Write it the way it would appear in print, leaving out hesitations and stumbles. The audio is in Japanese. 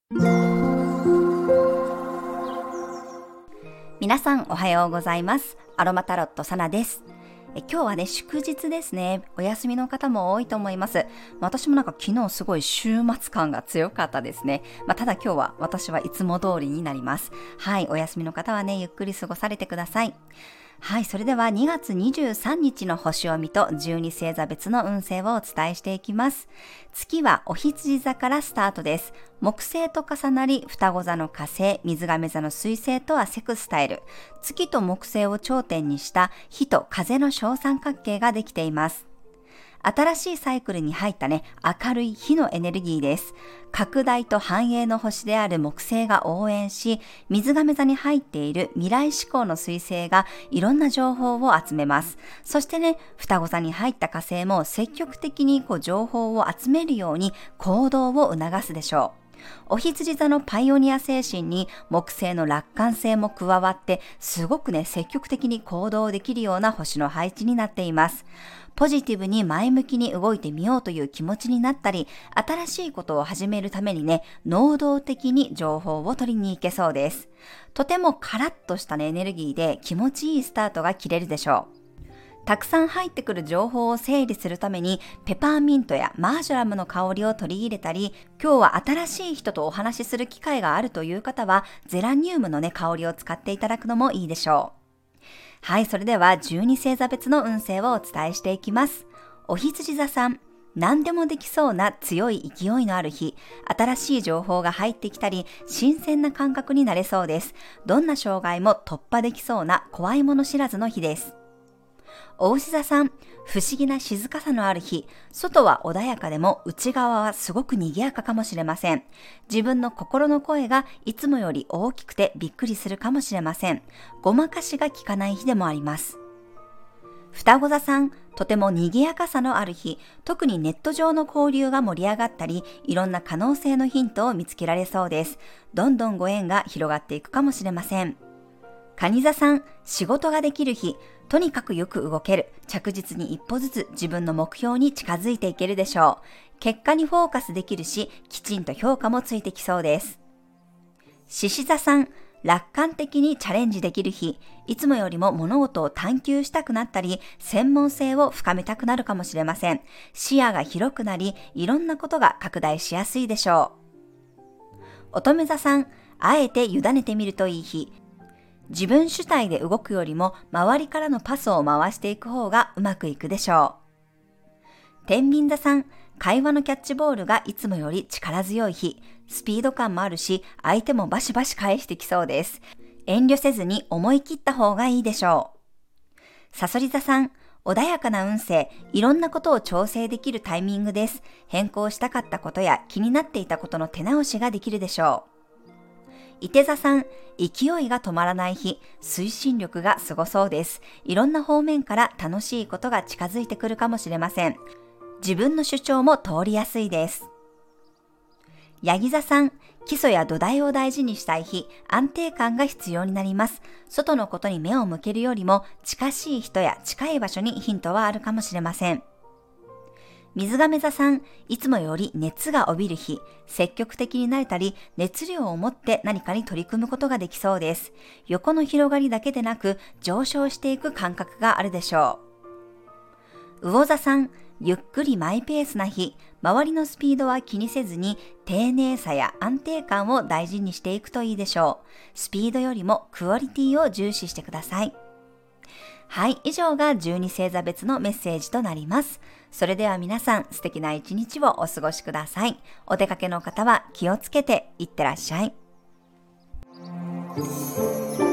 皆さんおはようございます。アロマタロットサナです。今日はね、祝日ですね。お休みの方も多いと思います。私も昨日すごい週末感が強かったですね。ただ今日は私はいつも通りになります。はい、お休みの方はね、ゆっくり過ごされてください。はい、それでは2月23日の星読みと12星座別の運勢をお伝えしていきます。月はお羊座からスタートです。木星と重なり、双子座の火星、水亀座の水星とはセクスタイル。月と木星を頂点にした火と風の小三角形ができています。新しいサイクルに入ったね、明るい火のエネルギーです。拡大と繁栄の星である木星が応援し、水亀座に入っている未来志向の水星がいろんな情報を集めます。そしてね、双子座に入った火星も積極的に情報を集めるように行動を促すでしょう。お羊座のパイオニア精神に木星の楽観性も加わって、すごくね、積極的に行動できるような星の配置になっています。ポジティブに前向きに動いてみようという気持ちになったり、新しいことを始めるためにね、能動的に情報を取りに行けそうです。とてもカラッとしたね、エネルギーで気持ちいいスタートが切れるでしょう。たくさん入ってくる情報を整理するためにペパーミントやマージョラムの香りを取り入れたり、今日は新しい人とお話しする機会があるという方はゼラニウムのね、香りを使っていただくのもいいでしょう。はい、それでは12星座別の運勢をお伝えしていきます。お羊座さん、何でもできそうな強い勢いのある日、新しい情報が入ってきたり、新鮮な感覚になれそうです。どんな障害も突破できそうな怖いもの知らずの日です。お牛座さん、不思議な静かさのある日、外は穏やかでも内側はすごく賑やかかもしれません。自分の心の声がいつもより大きくてびっくりするかもしれません。ごまかしが効かない日でもあります。双子座さん、とても賑やかさのある日、特にネット上の交流が盛り上がったり、いろんな可能性のヒントを見つけられそうです。どんどんご縁が広がっていくかもしれません。蟹座さん、仕事ができる日、とにかくよく動ける、着実に一歩ずつ自分の目標に近づいていけるでしょう。結果にフォーカスできるし、きちんと評価もついてきそうです。獅子座さん、楽観的にチャレンジできる日、いつもよりも物事を探求したくなったり、専門性を深めたくなるかもしれません。視野が広くなり、いろんなことが拡大しやすいでしょう。乙女座さん、あえて委ねてみるといい日、自分主体で動くよりも周りからのパスを回していく方がうまくいくでしょう。天秤座さん、会話のキャッチボールがいつもより力強い日、スピード感もあるし、相手もバシバシ返してきそうです。遠慮せずに思い切った方がいいでしょう。蠍座さん、穏やかな運勢、いろんなことを調整できるタイミングです。変更したかったことや気になっていたことの手直しができるでしょう。射手座さん、勢いが止まらない日、推進力がすごそうです。いろんな方面から楽しいことが近づいてくるかもしれません。自分の主張も通りやすいです。ヤギ座さん、基礎や土台を大事にしたい日、安定感が必要になります。外のことに目を向けるよりも、近しい人や近い場所にヒントはあるかもしれません。水亀座さん、いつもより熱が帯びる日、積極的になれたり、熱量を持って何かに取り組むことができそうです。横の広がりだけでなく、上昇していく感覚があるでしょう。魚座さん、ゆっくりマイペースな日、周りのスピードは気にせずに、丁寧さや安定感を大事にしていくといいでしょう。スピードよりもクオリティを重視してください。はい、以上が12星座別のメッセージとなります。それでは皆さん、素敵な一日をお過ごしください。お出かけの方は気をつけていってらっしゃい。